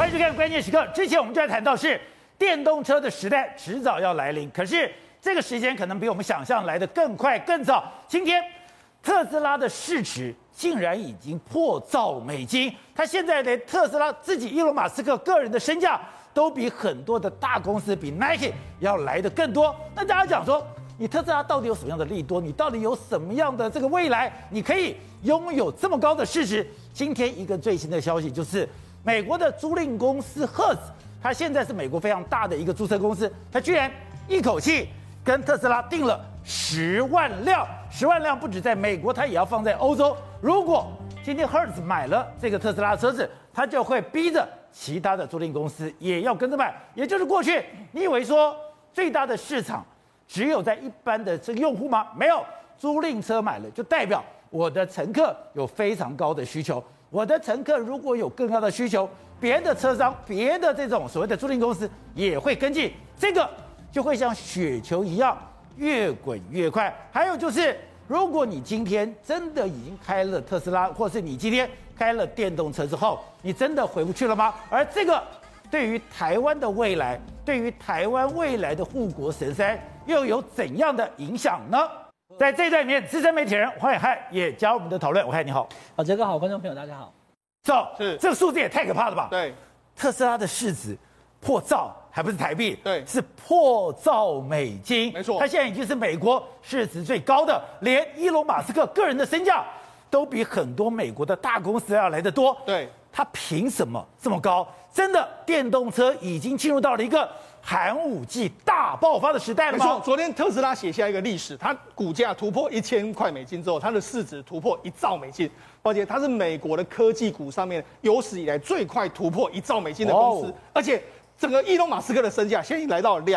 欢迎收看《关键时刻》。之前我们就在谈到是电动车的时代迟早要来临，可是这个时间可能比我们想象来得更快更早。今天特斯拉的市值竟然已经破兆美金，他现在连特斯拉自己伊隆马斯克个人的身价都比很多的大公司，比 Nike 要来得更多。那大家讲说，你特斯拉到底有什么样的利多？你到底有什么样的这个未来？你可以拥有这么高的市值？今天一个最新的消息就是，美国的租赁公司 Hertz， 它现在是美国非常大的一个租车公司，它居然一口气跟特斯拉订了10万辆，10万辆不止在美国，它也要放在欧洲。如果今天 Hertz 买了这个特斯拉的车子，它就会逼着其他的租赁公司也要跟着买。也就是过去你以为说最大的市场只有在一般的这个用户吗？没有，租赁车买了就代表我的乘客有非常高的需求。我的乘客如果有更高的需求，别的车商、别的这种所谓的租赁公司也会跟进，这个就会像雪球一样越滚越快。还有就是，如果你今天真的已经开了特斯拉，或是你今天开了电动车之后，你真的回不去了吗？而这个对于台湾的未来，对于台湾未来的护国神山，又有怎样的影响呢？在这一段里面，资深媒体人黄远汉也加入我们的讨论。汉，你好。 哲哥好，观众朋友大家好。 是这个数字也太可怕了吧？ 对， 特斯拉的市值破兆，还不是台币， 对， 是破兆美金。 没错， 它现在已经是美国市值最高的，连伊隆马斯克个人的身价都比很多美国的大公司要来得多。 对， 他凭什么这么高？真的，电动车已经进入到了一个寒武纪大爆发的时代了吗？ 没错，昨天特斯拉写下一个历史，它股价突破1000块美金之后，它的市值突破1兆美金。而且它是美国的科技股上面有史以来最快突破1兆美金的公司，而且整个伊隆马斯克的身价现在已经来到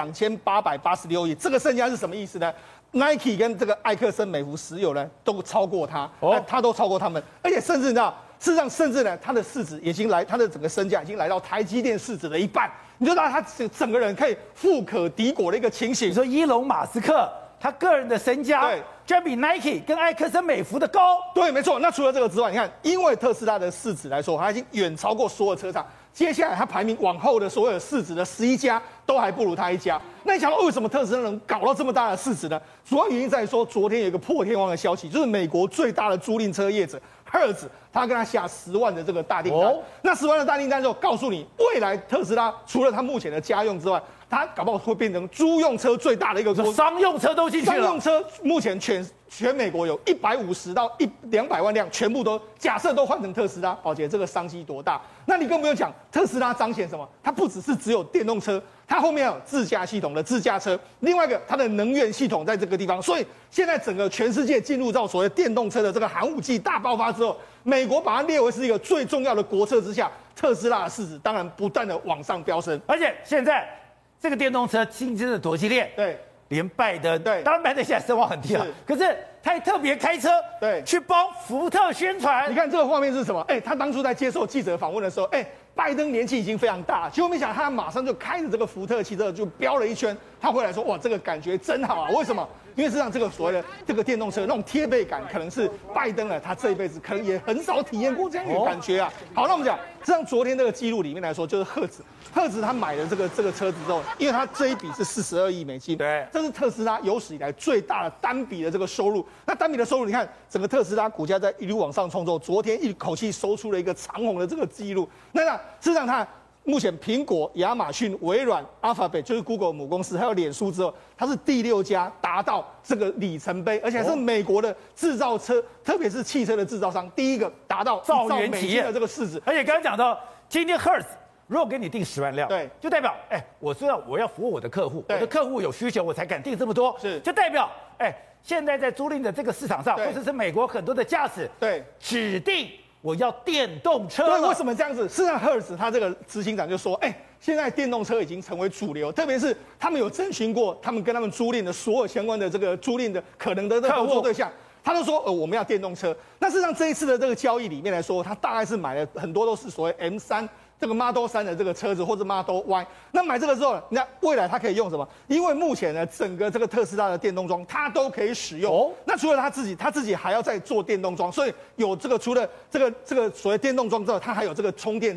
2886亿，这个身价是什么意思呢？Nike 跟这个埃克森美孚石油呢都超过他，他都超过他们，而且甚至你知道，事实上甚至呢，他的市值已经来，他的整个身价已经来到台积电市值的一半，你就知道他整个人可以富可敌国的一个情形。 你说伊隆马斯克他个人的身价， 对， 居然比 Nike 跟埃克森美孚的高。 对，没错。那除了这个之外，你看，因为特斯拉的市值来说，它已经远超过所有车厂。接下来它排名往后的所有市值的11家都还不如它一家。那你想到为什么特斯拉能搞到这么大的市值呢？主要原因在于说，昨天有一个破天荒的消息，就是美国最大的租赁车业者 Hertz， 他跟他下10万的这个大订单。那10万的大订单之后，告诉你，未来特斯拉除了它目前的家用之外，它搞不好会变成租用车最大的一个公司， 商用车都进去了。 商用车目前全美国有150到200万辆，全部都假设都换成特斯拉，宝姐这个商机多大？那你更不用讲，特斯拉彰显什么？它不只有电动车，它后面有自驾系统的自驾车，另外一个它的能源系统在这个地方，所以现在整个全世界进入到所谓电动车的这个寒武纪大爆发之后，美国把它列为是一个最重要的国策之下，特斯拉的市值当然不断的往上飙升， 而且现在这个电动车竞争的多激烈， 对。 连拜登， 对， 当然拜登现在声望很低了，可是他还特别开车， 对， 去帮福特宣传。 你看这个画面是什么？他当初在接受记者访问的时候，拜登年纪已经非常大了，结果没想到他马上就开着这个福特汽车就飙了一圈，他回来说，哇，这个感觉真好啊！为什么？因为实际上这个所谓的这个电动车那种贴背感，可能是拜登他这一辈子可能也很少体验过这样的感觉啊。好，那我们讲，像昨天这个记录里面来说，就是赫兹他买了这个车子之后，因为他这一笔是42亿美金， 对， 这是特斯拉有史以来最大的单笔的这个收入。那单笔的收入，你看整个特斯拉股价在一路往上冲之后，昨天一口气收出了一个长红的这个记录。那事实上它目前苹果、亚马逊、微软、Alphabet 就是 Google 母公司，还有脸书之后，它是第6家达到这个里程碑，而且是美国的制造车，特别是汽车的制造商第一个达到1兆美金的这个市值。 而且刚刚讲到，今天 Hertz 如果给你订10万辆， 对， 就代表我知道我要服务我的客户，我的客户有需求，我才敢订这么多， 是， 就代表现在在租赁的这个市场上，或者是美国很多的驾驶， 对， 指定我要电动车。 对，为什么这样子？事实上 Hertz 他这个执行长就说，现在电动车已经成为主流，特别是他们有征询过他们跟他们租赁的所有相关的这个租赁的可能的合作对象。他就说，我们要电动车。那事实上这一次的这个交易里面来说，他大概是买了很多都是所谓 M3。这个 Model 3的这个车子或者 Model Y， 那买这个之后，那未来它可以用什么？因为目前呢，整个这个特斯拉的电动桩它都可以使用。那除了他自己还要再做电动桩，所以有这个除了这个所谓电动桩之后，它还有这个充电站。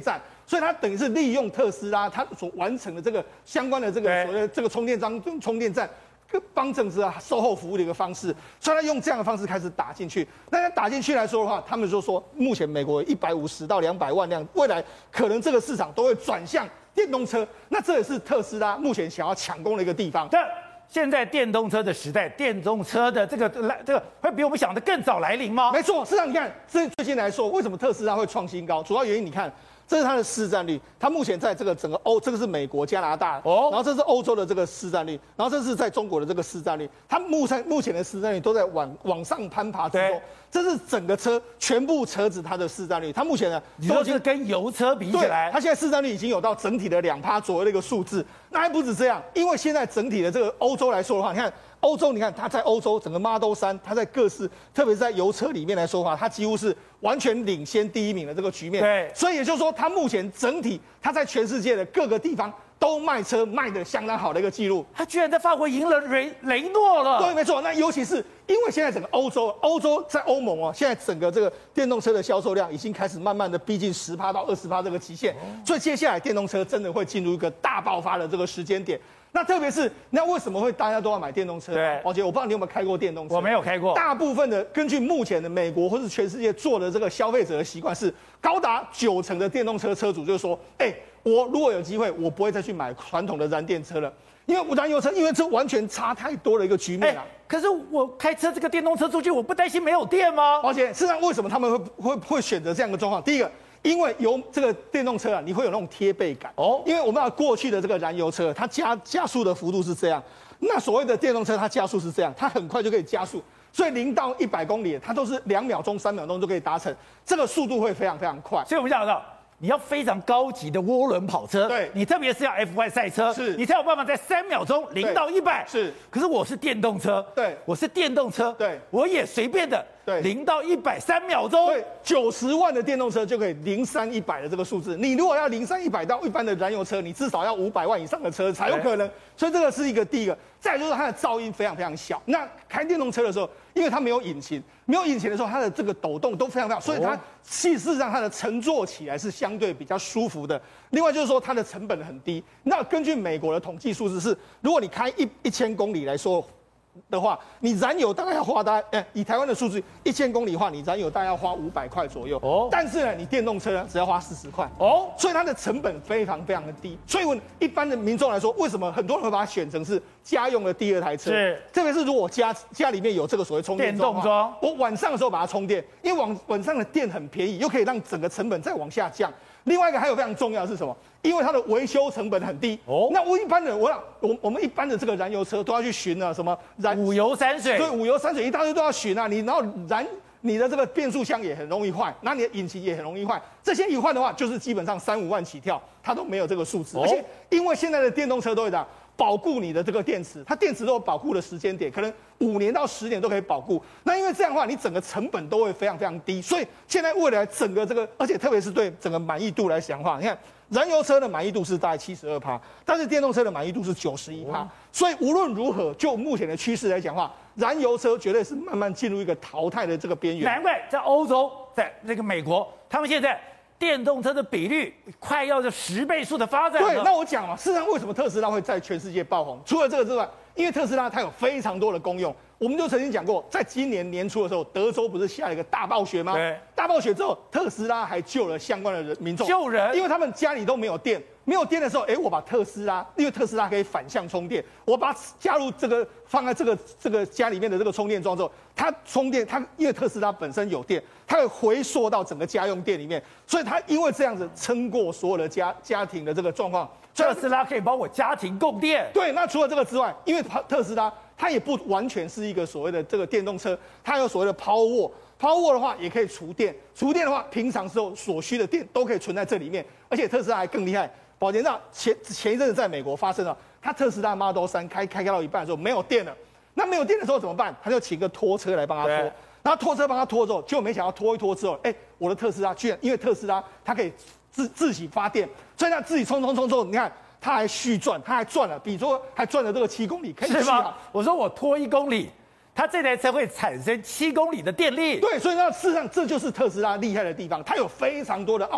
所以它等于是利用特斯拉它所完成的这个相关的这个所谓的这个充电站。帮正是售后服务的一个方式，所以他用这样的方式开始打进去。那打进去来说的话，他们就说，目前美国150到200万辆，未来可能这个市场都会转向电动车。那这也是特斯拉目前想要抢攻的一个地方。 但现在电动车的时代，电动车的这个会比我们想的更早来临吗？ 没错，事实上你看，最近来说，为什么特斯拉会创新高？主要原因你看。这是它的市占率，它目前在这个整个这个是美国、加拿大，然后这是欧洲的这个市占率，然后这是在中国的这个市占率，它目前的市占率都在往上攀爬之中。这是整个全部车子它的市占率，它目前呢， 你说是跟油车比起来， 它现在市占率已经有到整体的2%左右的一个数字。那还不止这样，因为现在整体的这个欧洲来说的话，你看。欧洲，你看它在欧洲整个 Model 3，它在各式，特别是在油车里面来说的话，它几乎是完全领先第1名的这个局面。 对， 所以也就是说，它目前整体它在全世界的各个地方都卖车卖得相当好的一个记录。 它居然在法国赢了雷诺了。 对，没错。那尤其是因为现在整个欧洲在欧盟哦，现在整个这个电动车的销售量已经开始慢慢的逼近10%到20%这个极限，所以接下来电动车真的会进入一个大爆发的这个时间点。那特别是那为什么会大家都要买电动车？ 对， 宝杰，我不知道你有没有开过电动车？ 我没有开过。 大部分的根据目前的美国或是全世界做的这个消费者的习惯是，高达90%的电动车车主就是说，我如果有机会，我不会再去买传统的燃电车了，因为燃油车，因为这完全差太多的一个局面啊。 可是我开车这个电动车出去，我不担心没有电吗？ 而且事实上，为什么他们会选择这样的状况？第一个。因为有这个电动车啊，你会有那种贴背感哦。因为我们要过去的这个燃油车，它加速的幅度是这样，那所谓的电动车它加速是这样，它很快就可以加速，所以0到100公里它都是2秒钟、3秒钟就可以达成，这个速度会非常非常快。 所以我们想到，你要非常高级的涡轮跑车， 对， 你特别是要 F1 赛车， 是， 你才有办法在3秒钟0到100。 是， 可是我是电动车， 对， 我是电动车， 对， 我也随便的。 对 ，0到100 3秒钟， 对，90万的电动车就可以0、3、100的这个数字。你如果要0、3、100到一般的燃油车，你至少要500万以上的车才有可能。所以这个是第一个。再来就是它的噪音非常非常小。那开电动车的时候，因为它没有引擎，的时候，它的这个抖动都非常非常，所以它事实上它的乘坐起来是相对比较舒服的。另外就是说它的成本很低。那根据美国的统计数字是，如果你开1000公里来说。的话，你燃油大概要花以台湾的数字，1000公里的话，你燃油大概要花500块左右。哦，但是呢，你电动车呢，只要花40块。哦，所以它的成本非常非常的低。所以一般的民众来说，为什么很多人会把它选成是家用的第2台车？ 是， 特别是如果家里面有这个所谓充电桩，我晚上的时候把它充电，因为晚上的电很便宜，又可以让整个成本再往下降。另外一个还有非常重要的是什么？因为它的维修成本很低。哦，那我们一般的这个燃油车都要去巡啊，什么五油三水， 对，五油三水一大堆都要巡啊。然后你的这个变速箱也很容易坏，那你的引擎也很容易坏。这些一换的话，就是基本上3、5万起跳，它都没有这个数字。而且因为现在的电动车都会这样保固你的这个电池，它电池都有保固的时间点，可能5年到10年都可以保固。那因为这样的话，你整个成本都会非常非常低。所以现在未来整个这个，而且特别是对整个满意度来讲的话，你看。燃油车的满意度是大概72%，但是电动车的满意度是91%。所以无论如何，就目前的趋势来讲的话，燃油车绝对是慢慢进入一个淘汰的这个边缘。 难怪在欧洲，在那个美国，他们现在电动车的比率快要10倍数的发展了。 对，那我讲嘛，事实上为什么特斯拉会在全世界爆红？除了这个之外，因为特斯拉它有非常多的功用。我们就曾经讲过，在今年年初的时候，德州不是下了一个大暴雪吗？ 对， 大暴雪之后，特斯拉还救了相关的民众， 救人， 因为他们家里都没有电，没有电的时候，我把特斯拉，因为特斯拉可以反向充电，我把它加入这个放在这个家里面的这个充电桩之后，它充电，它因为特斯拉本身有电，它会回溯到整个家用电里面，所以它因为这样子撑过所有的家庭的这个状况， 特斯拉可以帮我家庭供电。 对，那除了这个之外，因为特斯拉。它也不完全是一个所谓的这个电动车，它有所谓的 Powerwall 的话也可以储电，储电的话平常时候所需的电都可以存在这里面，而且特斯拉还更厉害。宝杰上前一阵子在美国发生了，他特斯拉 Model 3开到一半的时候没有电了，那没有电的时候怎么办？他就请个拖车来帮他拖，然后拖车帮他拖之后，结果没想到拖一拖之后，我的特斯拉居然因为特斯拉它可以自己发电，所以它自己冲之后，你看。他还续赚，他还赚了，比如说还赚了这个7公里，可以是吗？我说我拖1公里，它这台车会产生7公里的电力。 对，所以那事实上这就是特斯拉厉害的地方，它有非常多的奥秘。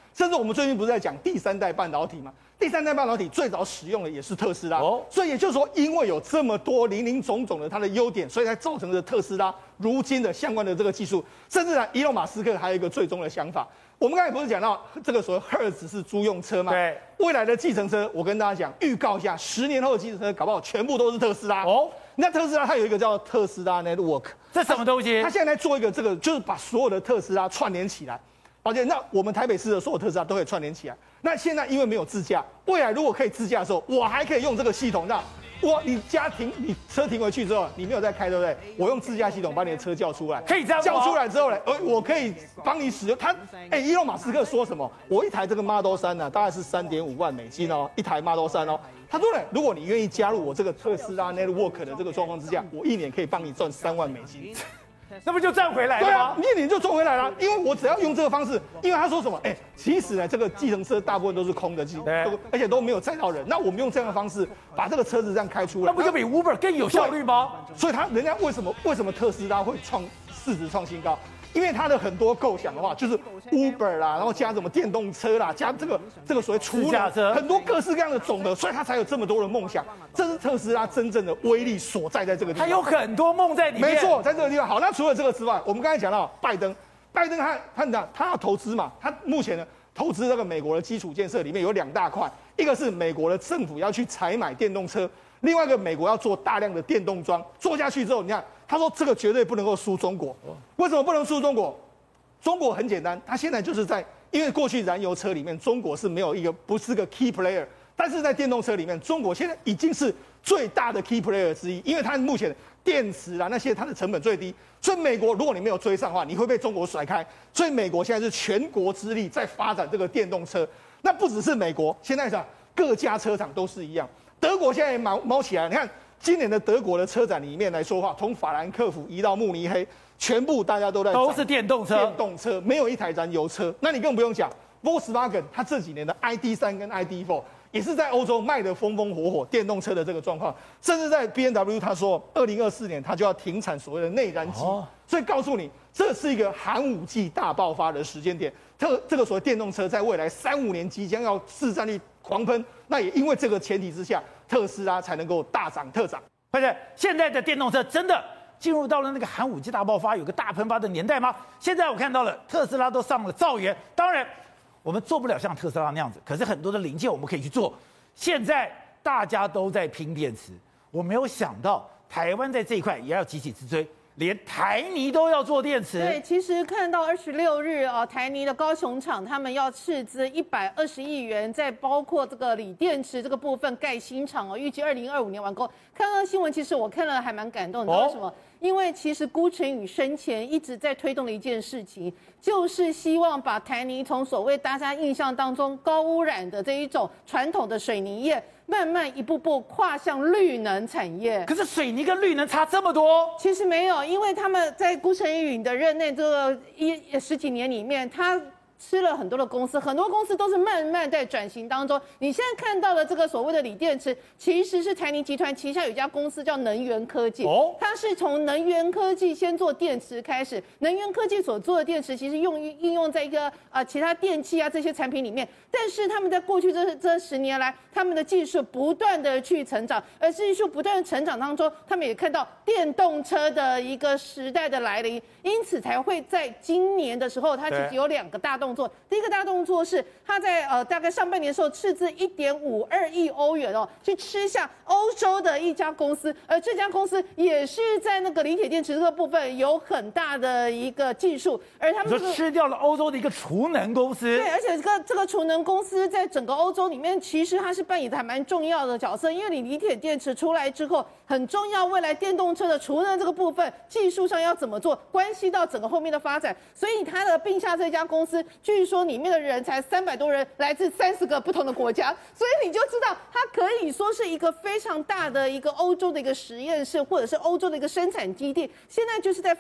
甚至我们最近不是在讲第三代半导体吗？第三代半导体最早使用的也是特斯拉，所以也就是说，因为有这么多林林总总的它的优点，所以才造成了特斯拉如今的相关的这个技术。甚至呢，伊隆马斯克还有一个最终的想法。我们刚才不是讲到这个所谓 Hertz 是租用车吗？ 对， 未来的计程车，我跟大家讲，预告一下，10年后的计程车搞不好全部都是特斯拉。那特斯拉它有一个叫特斯拉 Network， 这什么东西？ 它现在在做一个这个，就是把所有的特斯拉串联起来。抱歉，那我们台北市的所有特斯拉都可以串联起来。那现在因为没有自驾，未来如果可以自驾的时候，我还可以用这个系统，让你车停回去之后，你没有在开，对不对？我用自驾系统把你的车叫出来， 可以这样叫出来之后呢，我可以帮你使用它。伊隆马斯克说什么？我一台这个 Model 3呢，大概是3.5万美金哦，一台 Model 3哦。他说呢，如果你愿意加入我这个特斯拉 Network 的这个状况之下，我1年可以帮你赚3万美金。 那不就赚回来了吗？ 对啊，1年就赚回来了，因为我只要用这个方式，因为他说什么，其实呢，这个计程车大部分都是空的，而且都没有载到人。那我们用这样的方式把这个车子这样开出来， 那不就比 Uber 更有效率吗？ 所以人家为什么特斯拉会市值创新高？因为它的很多构想的话，就是 Uber 啦，然后加什么电动车啦，加这个所谓储能车，很多各式各样的总和，所以它才有这么多的梦想。这是特斯拉真正的威力所在这个地方。 它有很多梦在里面。 没错，在这个地方。好，那除了这个之外，我们刚才讲到拜登他要投资嘛，他目前呢投资这个美国的基础建设里面有2大块，一个是美国的政府要去采买电动车，另外一个美国要做大量的电动桩，做下去之后，你看。他说：“这个绝对不能够输中国。为什么不能输中国？中国很简单，他现在就是因为过去燃油车里面，中国是不是个 key player， 但是在电动车里面，中国现在已经是最大的 key player 之一，因为它目前电池啊那些它的成本最低，所以美国如果你没有追上的话，你会被中国甩开。所以美国现在是全国之力在发展这个电动车。那不只是美国，现在各家车厂都是一样。德国现在也毛起来，你看。”今年的德国的车展里面来说话，从法兰克福移到慕尼黑，全部大家都是电动车， 没有一台燃油车。那你更不用讲 ，Volkswagen 它这几年的 ID.3 跟 ID.4 也是在欧洲卖得风风火火，电动车的这个状况，甚至在 BMW 他说，2024年他就要停产所谓的内燃机，所以告诉你，这是一个寒武纪大爆发的时间点。这个所谓电动车在未来3-5年即将要市占率狂喷，那也因为这个前提之下。特斯拉才能够大涨特涨， 而且现在的电动车真的进入到了那个寒武纪大爆发、有个大喷发的年代吗？现在我看到了特斯拉都上了造园，当然我们做不了像特斯拉那样子，可是很多的零件我们可以去做。现在大家都在拼电池，我没有想到台湾在这一块也要急起直追。连台泥都要做电池。 对，其实看到26日台泥的高雄厂他们要斥资120亿元，再包括这个锂电池这个部分盖新厂预计2025年完工。看到新闻，其实我看了还蛮感动，你知道为什么？因为其实辜成宇生前一直在推动的一件事情，就是希望把台泥从所谓大家印象当中高污染的这一种传统的水泥业，慢慢一步步跨向绿能产业。 可是水泥跟绿能差这么多？ 其实没有，因为他们在辜成宇的任内这个10几年里面，他吃了很多的公司，很多公司都是慢慢在转型当中。你现在看到的这个所谓的锂电池，其实是台泥集团旗下有一家公司叫能源科技，它是从能源科技先做电池开始，能源科技所做的电池其实应用在一个其他电器这些产品里面，但是他们在过去这10年来，他们的技术不断的去成长，而技术不断的成长当中，他们也看到电动车的一个时代的来临，因此才会在今年的时候，它其实有2个大动作。第一个大动作是，它在大概上半年的时候斥资1.52亿欧元去吃下欧洲的一家公司，而这家公司也是在那个锂铁电池这个部分有很大的一个技术，而他们就吃掉了欧洲的一个储能公司。 对，而且这个储能公司在整个欧洲里面，其实它是扮演的还蛮重要的角色，因为你锂铁电池出来之后，很重要，未来电动车的储能这个部分技术上要怎么做，关系到整个后面的发展，所以它的并下这家公司，据说里面的人才300多人，来自30个不同的国家，所以你就知道它可以说是一个非常大的一个欧洲的一个实验室，或者是欧洲的一个生产基地。现在就是在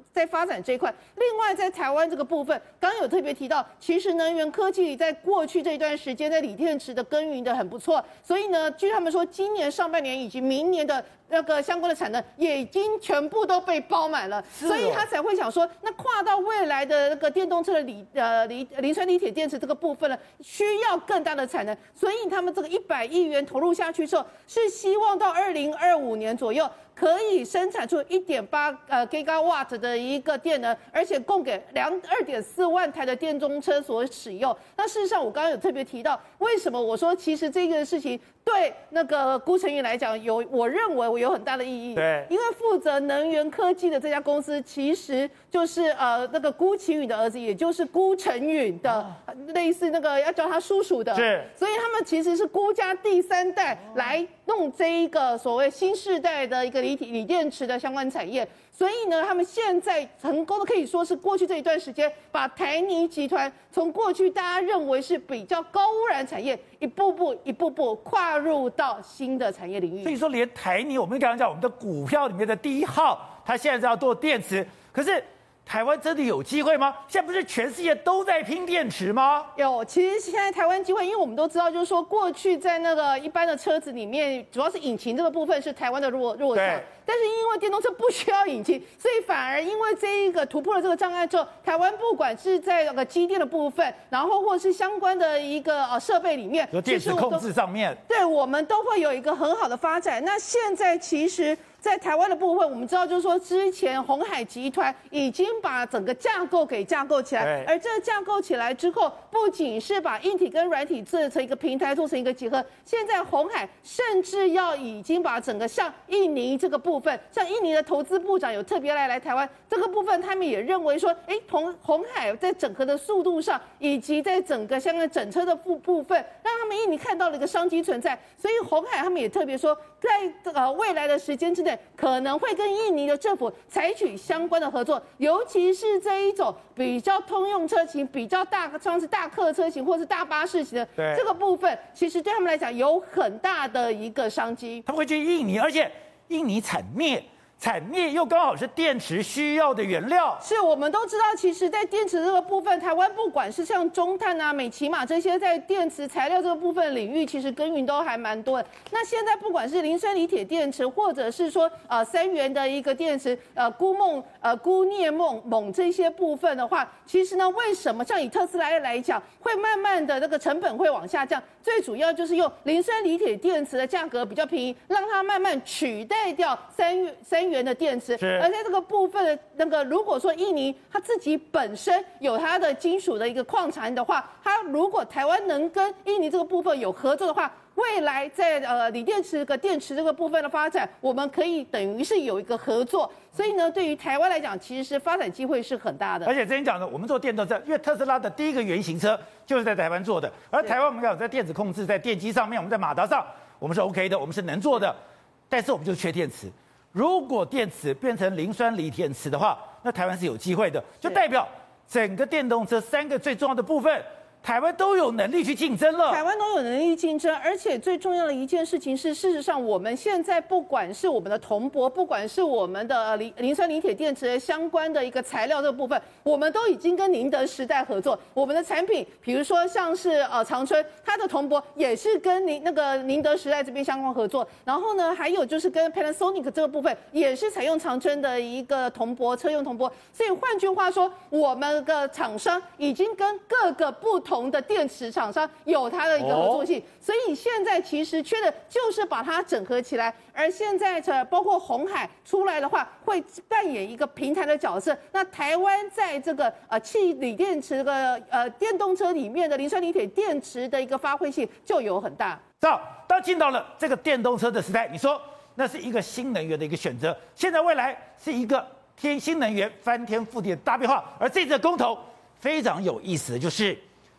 在发展这一块。另外，在台湾这个部分，刚刚有特别提到，其实能源科技在过去这一段时间，在锂电池的耕耘的很不错，所以呢，据他们说，今年上半年以及明年的那个相关的产能也已经全部都被包满了，所以他才会想说，那跨到未来的那个电动车的磷酸锂铁电池这个部分呢，需要更大的产能，所以他们这个100亿元投入下去之后，是希望到2025年左右可以生产出1.8gigawatt 的一个电能，而且供给2.4万台的电动车所使用。那事实上，我刚刚有特别提到，为什么我说其实这个事情对那个辜成宇来讲我认为有很大的意义。 对， 因为负责能源科技的这家公司，其实就是那个辜启允的儿子，也就是辜成允的，类似那个要叫他叔叔的。 是， 所以他们其实是辜家第3代来弄这一个所谓新世代的一个锂电池的相关产业。所以呢，他们现在成功的可以说是过去这一段时间，把台泥集团从过去大家认为是比较高污染产业，一步步跨入到新的产业领域。 所以说，连台泥，我们刚刚讲我们的股票里面的第1号，它现在是要做电池，可是台湾真的有机会吗？现在不是全世界都在拼电池吗？ 有，其实现在台湾机会，因为我们都知道，就是说过去在那个一般的车子里面，主要是引擎这个部分是台湾的弱项。但是因为电动车不需要引擎，所以反而因为这一个突破了这个障碍之后，台湾不管是在那个机电的部分，然后或是相关的一个设备里面， 有电池控制上面， 对我们都会有一个很好的发展。那现在其实，在台湾的部分，我们知道就是说，之前鸿海集团已经把整个架构给架构起来，而这个架构起来之后，不仅是把硬体跟软体做成一个平台，做成一个结合，现在鸿海甚至已经把整个像印尼这个部分，像印尼的投资部长有特别来台湾这个部分，他们也认为说，鸿海在整合的速度上，以及在整个相关整车的部分，让他们印尼看到了一个商机存在，所以鸿海他们也特别说，在未来的时间之内，可能会跟印尼的政府采取相关的合作，尤其是这一种比较通用车型、比较大，像是大客车型或是大巴士型的这个部分，其实对他们来讲有很大的一个商机。 他们会去印尼，而且印尼产镍又刚好是电池需要的原料。 是我们都知道，其实，在电池这个部分，台湾不管是像中碳啊、美骑马这些在电池材料这个部分领域，其实耕耘都还蛮多的。那现在不管是磷酸锂铁电池，或者是说3元的一个电池，钴镍锰这些部分的话，其实呢，为什么像以特斯拉来讲，会慢慢的那个成本会往下降？最主要就是用磷酸锂铁电池的价格比较便宜，让它慢慢取代掉3元的电池。而在这个部分的那个，如果说印尼它自己本身有它的金属的一个矿产的话，它如果台湾能跟印尼这个部分有合作的话，未来在锂电池电池这个部分的发展，我们可以等于是有一个合作。所以呢，对于台湾来讲，其实是发展机会是很大的。 而且之前讲的，我们做电动车，因为特斯拉的第一个原型车就是在台湾做的，而台湾我们讲在电子控制、在电机上面，我们在马达上我们是 OK 的，我们是能做的，但是我们就是缺电池。如果电池变成磷酸锂电池的话，那台湾是有机会的，就代表整个电动车3个最重要的部分，台湾都有能力去竞争了。 台湾都有能力竞争，而且最重要的一件事情是，事实上我们现在不管是我们的铜箔，不管是我们的磷酸锂铁电池相关的一个材料这个部分，我们都已经跟宁德时代合作。我们的产品，比如说像是长春，它的铜箔也是跟宁德时代这边相关合作。然后呢，还有就是跟 Panasonic 这个部分也是采用长春的一个铜箔，车用铜箔。所以换句话说，我们的厂商已经跟各个不同的电池厂商有它的一个合作性，所以现在其实缺的就是把它整合起来。而现在包括鸿海出来的话，会扮演一个平台的角色。那台湾在这个锂电池电动车里面的磷酸锂铁电池的一个发挥性就有很大。 当进到了这个电动车的时代，你说那是一个新能源的一个选择，现在未来是一个新能源翻天覆地的大变化。而这次公投非常有意思的就是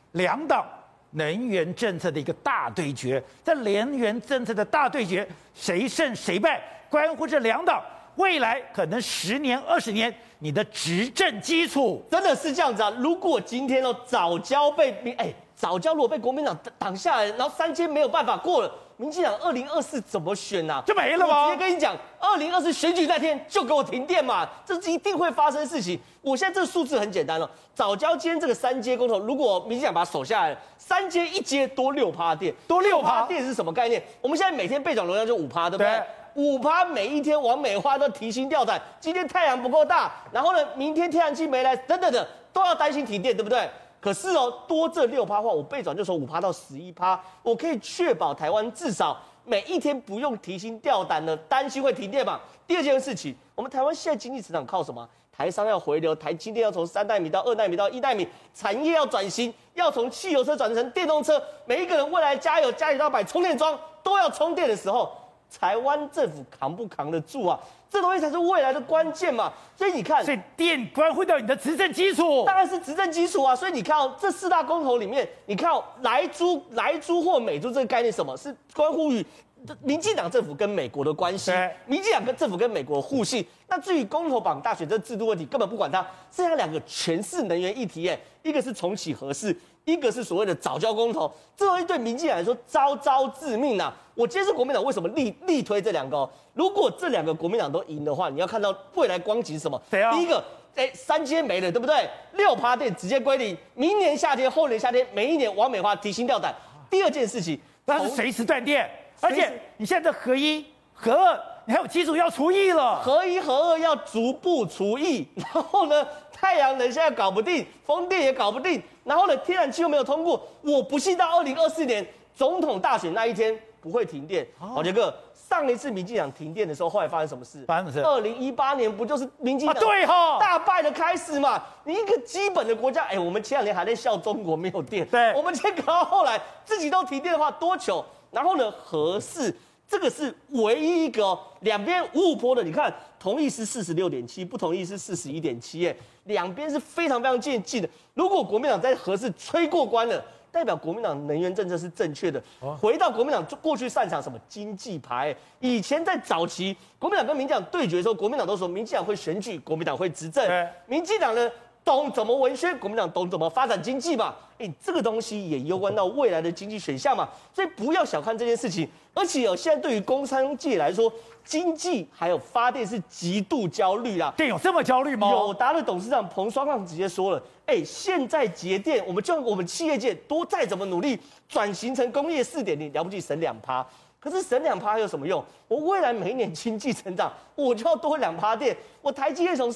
2党能源政策的一个大对决，在能源政策的大对决，谁胜谁败，关乎这2党未来可能10年、20年你的执政基础。 真的是这样子啊！如果今天早教被早教如果被国民党挡下来，然后3阶没有办法过了，民进党2024怎么选啊？ 就没了吗？ 我直接跟你讲，2024选举那天就给我停电嘛，这是一定会发生的事情。我现在这个数字很简单了，早教今天这个3阶公投，如果民进党把它守下来，3阶1阶多6%电， 多6% 电是什么概念？我们现在每天备涨容量就5%，对不对？5%每一天王美花都提心吊胆，今天太阳不够大，然后呢，明天天然气没来，等等的都要担心停电，对不对？可是多这6%的话，我备涨就从5%到11%，我可以确保台湾至少每一天不用提心吊胆的担心会停电嘛。第二件事情，我们台湾现在经济成长靠什么？台商要回流，台积电要从3奈米到2奈米到1奈米，产业要转型，要从汽油车转成电动车，每一个人未来加油家里都要买充电桩，都要充电的时候，台湾政府扛不扛得住啊？这东西才是未来的关键嘛。所以你看， 所以电关乎到你的执政基础， 当然是执政基础啊。所以你看这4大公投里面，你看莱猪或美猪这个概念，什么是关乎于民进党政府跟美国的关系？民进党跟政府跟美国的互信。那至于公投绑大选这制度问题，根本不管它，剩下2个全是能源议题，一个是重启核四，一个是所谓的早教公投，这东西对民进党来说招招致命啊！我今天是国民党，为什么力推这2个？如果这2个国民党都赢的话，你要看到未来光景是什么？第一个，3阶没了，对不对？6%电直接归零，明年夏天、后年夏天，每一年王美花提心吊胆。第二件事情， 那是随时断电，而且你现在的核1、核2，你还有机组要除役了， 核1、核2要逐步除役，然后呢，太阳能现在搞不定，风电也搞不定，然后呢，天然气又没有通过，我不信到2024年总统大选那一天不会停电。郝杰哥，上一次民进党停电的时候，后来发生什么事？2018年不就是民进党大败的开始嘛？你一个基本的国家，我们前2年还在笑中国没有电， 对， 我们今天搞到后来自己都停电的话，多糗。然后呢，核四这个是唯一一个两边五五波的，你看同意是46.7，不同意是41.7，两边是非常非常近的。如果国民党在核四吹过关了，代表国民党能源政策是正确的。回到国民党过去擅长什么经济牌，以前在早期国民党跟民进党对决的时候，国民党都说民进党会选举，国民党会执政，民进党呢懂怎么文宣，国民党懂怎么发展经济嘛。这个东西也攸关到未来的经济选项嘛，所以不要小看这件事情。而且现在对于工商界来说，经济还有发电是极度焦虑啦。 电有这么焦虑吗？ 友达的董事长彭双浪直接说了，现在节电，我们企业界多再怎么努力转型成工业4.0，了不起省2%。可是省2%有什么用？我未来每一年经济成长，我就要多2%电。我台积电从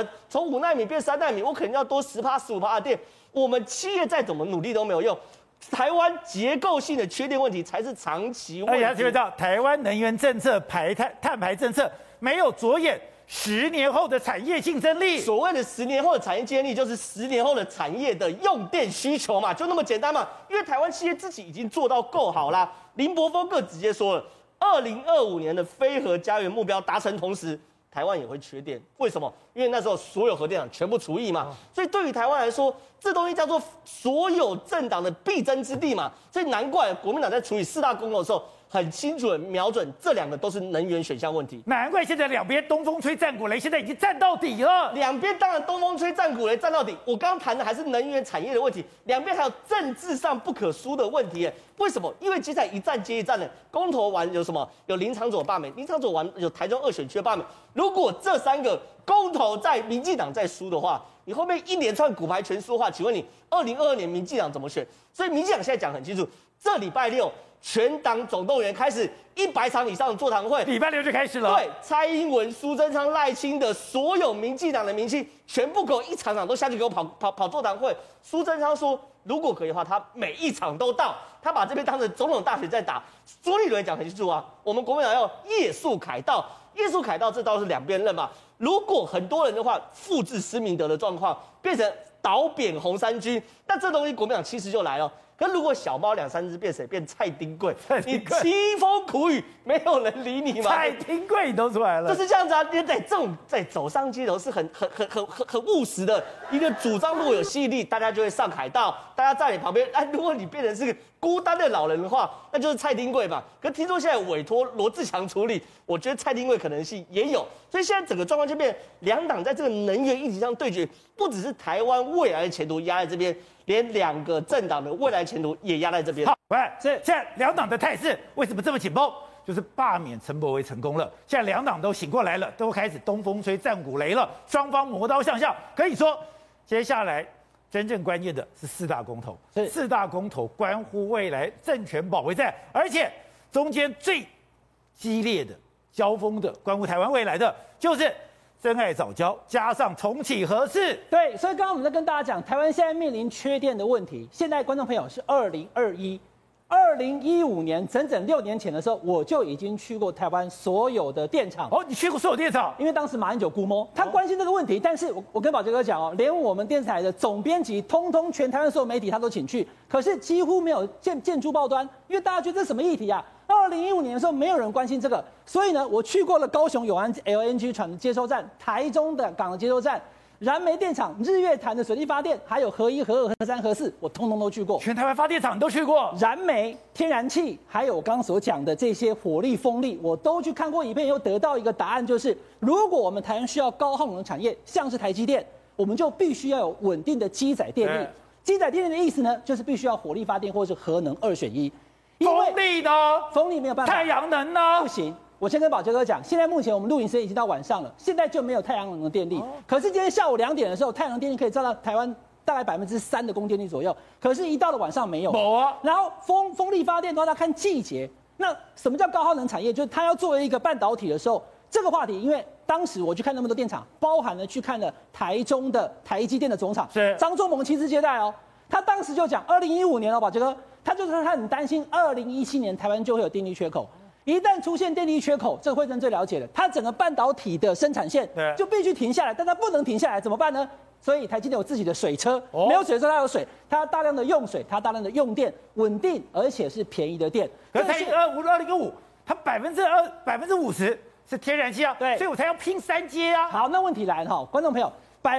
5奈米变3奈米，我肯定要多10%、15%的电。我们企业再怎么努力都没有用。台湾结构性的缺电问题才是长期问题。 而且要知道，台湾能源政策、碳排政策没有着眼10年后的产业竞争力。 所谓的10年后的产业竞争力，就是10年后的产业的用电需求嘛，就那么简单嘛。因为台湾企业自己已经做到够好啦。林柏峰更直接说了，2025年的非核家园目标达成同时，台湾也会缺电。为什么？因为那时候所有核电厂全部除役嘛。所以对于台湾来说，这东西叫做所有政党的必争之地嘛。所以难怪国民党在处理4大公投的时候，很清楚的瞄准这2个都是能源选项问题。 难怪现在两边东风吹战鼓擂，现在已经战到底了。 两边当然东风吹战鼓擂战到底。我刚刚谈的还是能源产业的问题，两边还有政治上不可输的问题。为什么？因为接下来一战接一战的公投完有什么？有林昶佐罢免，林昶佐完有台中2选区罢免。如果这3个公投在民进党再输的话，你后面一连串骨牌全输的话，请问你2022年民进党怎么选？所以民进党现在讲很清楚，这礼拜6全党总动员开始100场以上的座谈会， 礼拜6就开始了。 对，蔡英文、苏贞昌、赖清德所有民进党的明星，全部给我一场场都下去给我跑座谈会。苏贞昌说，如果可以的话，他每一场都到，他把这边当成总统大选在打。朱立伦讲很清楚啊，我们国民党要夜宿凯道，夜宿凯道这倒是两边刃嘛。如果很多人的话复制施明德的状况，变成倒扁红衫军，那这东西国民党其实就来了。可如果小猫2、3只变谁？变蔡丁贵，你凄风苦雨，没有人理你吗？ 蔡丁贵都出来了， 就是这样子啊！你这种在走上街头是很务实的一个主张，如果有吸引力，大家就会上凯道，大家在你旁边。如果你变成是个孤单的老人的话，那就是蔡丁贵吧。可听说现在委托罗志强处理，我觉得蔡丁贵可能性也有。所以现在整个状况就变，两党在这个能源议题上对决，不只是台湾未来的前途压在这边。 连两个政党的未来前途也压在这边。 好，喂，现在两党的态势为什么这么紧绷？就是罢免陈柏惟成功了，现在两党都醒过来了，都开始东风吹战鼓擂了，双方磨刀向上。可以说，接下来真正关键的是四大公投，四大公投关乎未来政权保卫战，而且中间最激烈的交锋的，关乎台湾未来的，就是真爱早教加上重启核四。 对，所以刚刚我们在跟大家讲，台湾现在面临缺电的问题。现在观众朋友是2015年，整整6年前的时候，我就已经去过台湾所有的电厂。 哦，你去过所有电厂？ 因为当时马英九估摸，他关心这个问题。但是我跟宝杰哥讲哦，连我们电视台的总编辑，通通全台湾所有媒体他都请去，可是几乎没有见诸报端，因为大家觉得这是什么议题啊？2015年的时候，没有人关心这个，所以呢，我去过了高雄永安 LNG 船的接收站，台中的港的接收站。燃煤电厂、日月潭的水力发电，还有核1、核2、核3、核4，我通通都去过。 全台湾发电厂你都去过？ 燃煤、天然气，还有我刚刚所讲的这些火力、风力，我都去看过影片，又得到一个答案，就是如果我们台湾需要高耗能产业，像是台积电，我们就必须要有稳定的基载电力。基载电力的意思呢，就是必须要火力发电或是核能2选1。 风力呢？ 风力没有办法。 太阳能呢？ 不行。我先跟宝杰哥讲，现在目前我们录影时间已经到晚上了，现在就没有太阳能的电力。可是今天下午2点的时候，太阳能电力可以照到台湾大概3%的供电力左右。可是，一到了晚上没有。 没啊。 然后风力发电都要看季节。那什么叫高耗能产业？就是它要作为一个半导体的时候，这个话题，因为当时我去看那么多电厂，包含了去看了台中的台积电的总厂， 是张忠谋亲自接待哦。他当时就讲，2015年哦，宝杰哥，他就说他很担心2017年台湾就会有电力缺口。一旦出现电力缺口，这个慧珍最了解的，它整个半导体的生产线就必须停下来，但它不能停下来，怎么办呢？所以台积电有自己的水车，没有水车它有水，它大量的用水，它大量的用电，稳定而且是便宜的电。 可是2025，它50%是天然气啊， 对， 所以我才要拼3阶啊。 好，那问题来了哈，观众朋友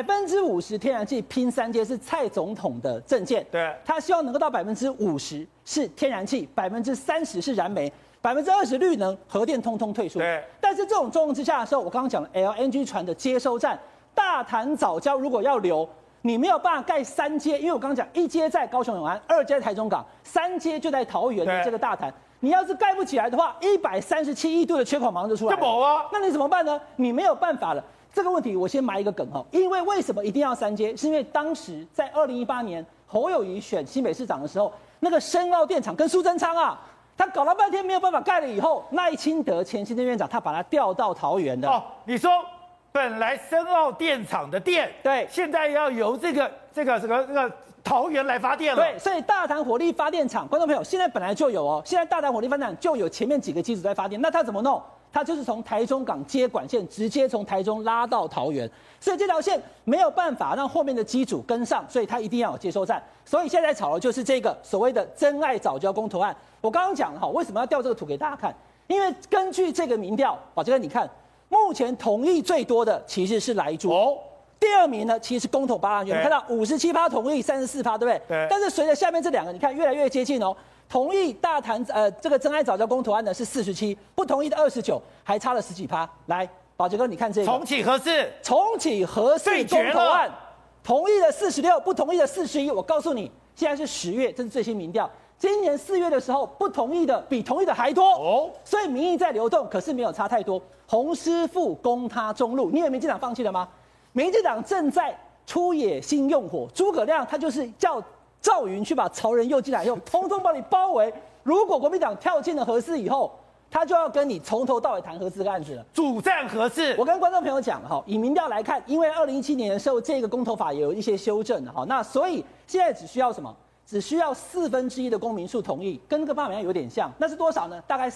，50%天然气拼3阶是蔡总统的政见， 对， 他希望能够到50%是天然气，30%是燃煤。20%绿能，核电通通退出。 对， 但是这种状况之下的时候，我刚刚讲了 LNG 船的接收站，大潭藻礁如果要留，你没有办法盖3阶，因为我刚刚讲1阶在高雄永安，2阶在台中港，3阶就在桃园的这个大潭。你要是盖不起来的话，137亿度的缺口马上就出来了。 就没啊， 那你怎么办呢？你没有办法了。这个问题我先埋一个梗哈，因为什么一定要3阶？是因为当时在2018年侯友宜选新北市长的时候，那个深澳电厂跟苏贞昌啊。他搞了半天没有办法盖了以后，赖清德前行政院长他把他调到桃园的。 哦，你说本来深澳电厂的电， 对， 现在要由这个桃园来发电了。 对，所以大潭火力发电厂，观众朋友，现在本来就有哦，现在大潭火力发电厂就有前面几个机组在发电，那他怎么弄？他就是从台中港接管线，直接从台中拉到桃园，所以这条线没有办法让后面的机组跟上，所以他一定要有接收站。所以现在吵的就是这个所谓的真爱早教公投案。我刚刚讲了哈，为什么要调这个图给大家看？因为根据这个民调，宝杰哥你看，目前同意最多的其实是莱猪。哦，第2名呢，其实是公投8案，你看到57%同意，34%，对不对？ 对。 但是随着下面这2个，你看越来越接近哦。同意大潭这个真爱早教公投案呢是47%，不同意的29%，还差了10几%。来，宝杰哥，你看这个重启核四公投案，同意的46%，不同意的41%。我告诉你，现在是10月，这是最新民调。今年4月的时候，不同意的比同意的还多哦，所以民意在流动，可是没有差太多。洪师傅攻他中路，你以为民进党放弃了吗？民进党正在出野心用火，诸葛亮他就是叫赵云去把曹仁诱进来以后，通通把你包围。如果国民党跳进了核四以后，他就要跟你从头到尾谈核四个案子了， 主战核四。 我跟观众朋友讲哈，以民调来看，因为2017年的时候这个公投法也有一些修正哈，那所以现在只需要什么？只需要1/4的公民数同意，跟这个罢免案有点像。那是多少呢？大概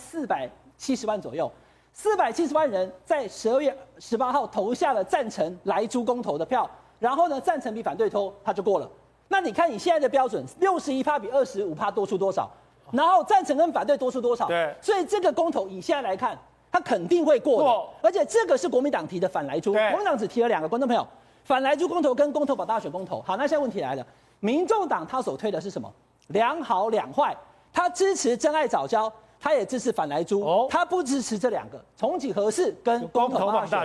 470万左右。470万人在12月18号投下了赞成莱猪公投的票，然后呢，赞成比反对多，他就过了。那你看你现在的标准，61%比25%多出多少？然后赞成跟反对多出多少？ 对， 所以这个公投以现在来看，它肯定会过的。而且这个是国民党提的反莱猪，国民党只提了2个，观众朋友，反莱猪公投跟公投保大选公投。好，那现在问题来了，民众党他所推的是什么？两好两坏，他支持真爱早教，他也支持反莱猪，他不支持这2个重启核四跟公投保大选。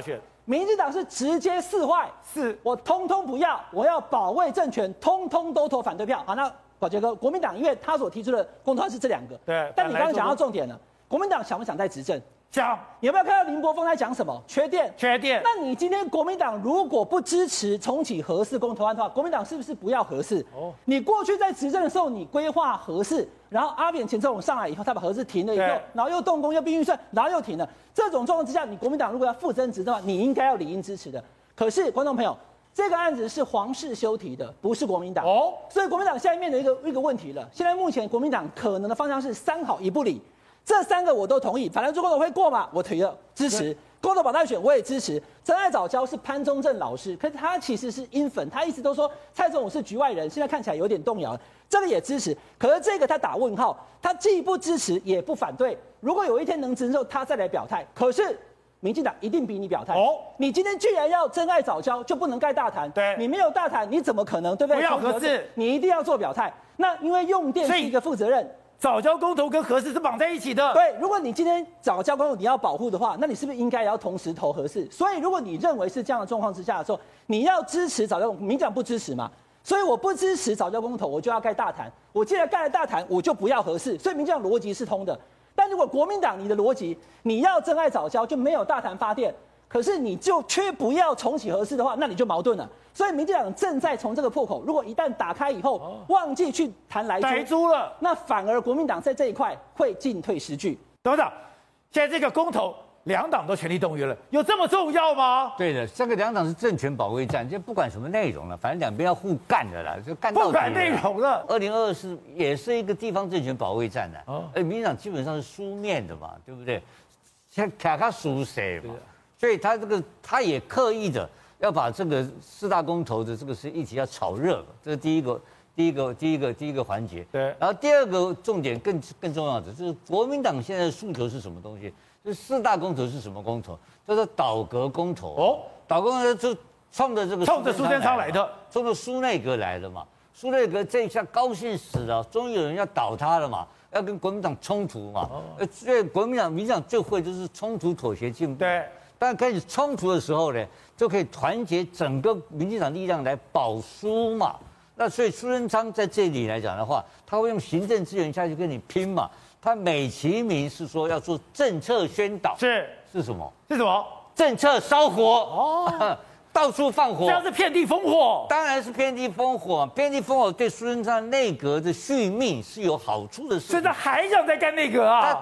民进党是直接四坏，我通通不要，我要保卫政权，通通都投反对票。好，那宝杰哥，国民党因为他所提出的公投案是这2个， 对， 但你刚刚讲到重点了，国民党想不想再执政？ 讲， 有没有看到林柏峰在讲什么？缺电。 那你今天国民党如果不支持重启核四公投案的话，国民党是不是不要核四？你过去在执政的时候，你规划核四，然后阿扁前总统上来以后，他把核四停了以后，然后又动工又并预算，然后又停了。这种状况之下，你国民党如果要负责任执政的话，你应该要理应支持的。可是观众朋友，这个案子是黄世修提的，不是国民党。所以国民党现在面临一个问题了。现在目前国民党可能的方向是3好1不理。这3个我都同意，反正做公投会过嘛，我提了支持。公投保大选我也支持。真爱早教是潘宗正老师，可是他其实是英粉，他一直都说蔡总统是局外人，现在看起来有点动摇了，这个也支持。可是这个他打问号，他既不支持也不反对。如果有一天能执政，他再来表态。可是民进党一定比你表态。你今天既然要真爱早教，就不能盖大潭。 对， 你没有大潭，你怎么可能对不对？ 不要核四， 你一定要做表态。那因为用电是一个负责任。 早教公投跟核四是绑在一起的。 对，如果你今天早教公投你要保护的话，那你是不是应该也要同时投核四？所以如果你认为是这样的状况之下的时候，你要支持早教，民进党不支持嘛？所以我不支持早教公投，我就要盖大潭。我既然盖了大潭，我就不要核四。所以民进党逻辑是通的。但如果国民党你的逻辑，你要真爱早教就没有大潭发电，可是你就却不要重启核四的话，那你就矛盾了。所以民进党正在从这个破口，如果一旦打开以后，忘记去谈莱猪了， 那反而国民党在这一块会进退失据。 董事长，现在这个公投2党都全力动员了，有这么重要吗？ 对的，这个2党是政权保卫战，就不管什么内容了，反正两边要互干的啦，就干到底。 不管内容了。 2024也是一个地方政权保卫战的，民进党基本上是书面的嘛，对不对？像卡卡输谁嘛，所以他也刻意的。要把这个4大公投的这个是议题要炒热，这是第一个环节。 对。 然后第2个重点更重要的就是国民党现在的诉求是什么东西？就是4大公投是什么公投？叫做倒阁公投。倒阁公投就冲着苏贞昌来的，冲着苏内阁来的嘛。苏内阁这一下高兴死了，终于有人要倒他了嘛，要跟国民党冲突嘛。所以民进党最会就是冲突、妥协、进步。 对。 当开始冲突的时候呢，就可以团结整个民进党力量来保苏嘛。那所以苏贞昌在这里来讲的话，他会用行政资源下去跟你拼嘛。他美其名是说要做政策宣导，是什么？ 是什么？ 政策烧火到处放火， 这样是遍地烽火。 当然是遍地烽火，遍地烽火对苏贞昌内阁的续命是有好处的事。 现在还想再干内阁啊？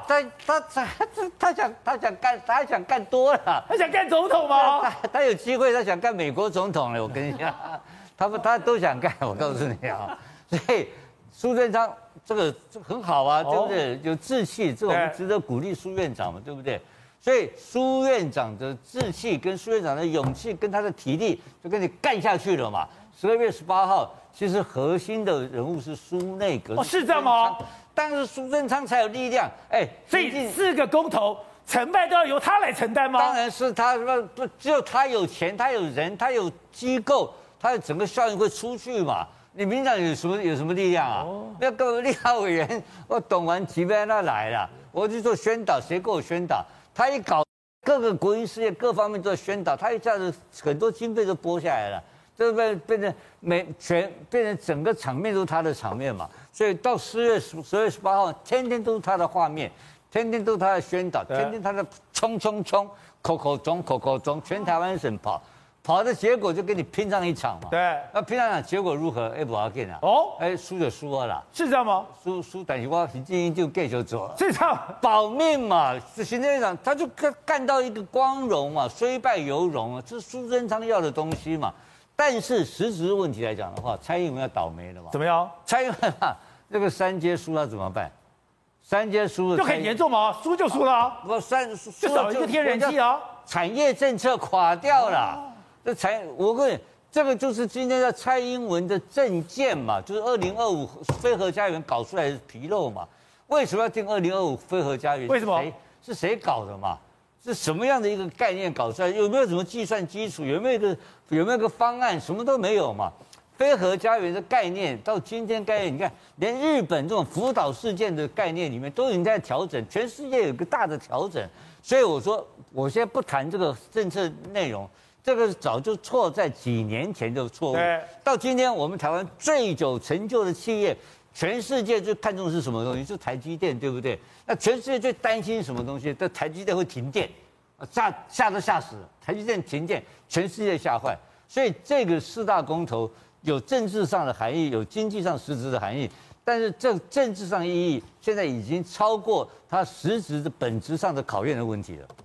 他想干多了， 他想干总统吗？ 他有机会，他想干美国总统了。我跟你讲，他都想干。我告诉你啊，所以苏贞昌这个很好啊，对不对？有志气，这我们值得鼓励苏院长嘛，对不对？所以苏院长的志气跟苏院长的勇气跟他的体力，就跟你干下去了嘛。12月18号，其实核心的人物是苏内阁。 是这样吗？ 当然是苏贞昌才有力量。 所以4个公投成败都要由他来承担吗？ 当然是他，不只有他有钱，他有人，他有机构，他的整个效应会出去嘛。你民进党有什么力量啊？那各位立法委员，我懂完几遍他来了，我就做宣导，谁给我宣导？他一搞各个国营事业各方面都在宣导，他一下子很多经费都拨下来了，这变成整个场面都是他的场面嘛。所以到12月18号，天天都是他的画面，天天都是他的宣导，天天他的冲，口口中，全台湾省跑的结果就跟你拼上一场嘛。 对， 那拼上一场结果如何？不要紧啊。输就输了啦。 是这样吗？ 输，但是我行政院就继续做。 是这样， 保命嘛。行政院长他就干到一个光荣嘛，虽败犹荣啊，这是苏贞昌要的东西嘛。但是实质问题来讲的话，蔡英文要倒霉了嘛。 怎么样？ 蔡英文那个3阶输了怎么办？3阶输了就很严重嘛，输就输了。 不就少一个天然气啊， 产业政策垮掉了。我跟你，这个就是今天的蔡英文的政见嘛，就是2025非核家园搞出来的纰漏嘛。为什么要定2025非核家园？ 为什么？ 是谁搞的嘛？是什么样的一个概念搞出来？有没有什么计算基础？有没有一个方案？什么都没有嘛。非核家园的概念到今天概念，你看连日本这种福岛事件的概念里面都已经在调整，全世界有个大的调整。所以我说，我现在不谈这个政策内容。 这个早就错在几年前就错误对。 到今天我们台湾最有成就的企业，全世界最看重是什么东西？是台积电，对不对？那全世界最担心什么东西？这台积电会停电，吓都吓死了。台积电停电，全世界吓坏。所以这个4大公投有政治上的含义，有经济上实质的含义。但是这政治上意义现在已经超过它实质的本质上的考验的问题了。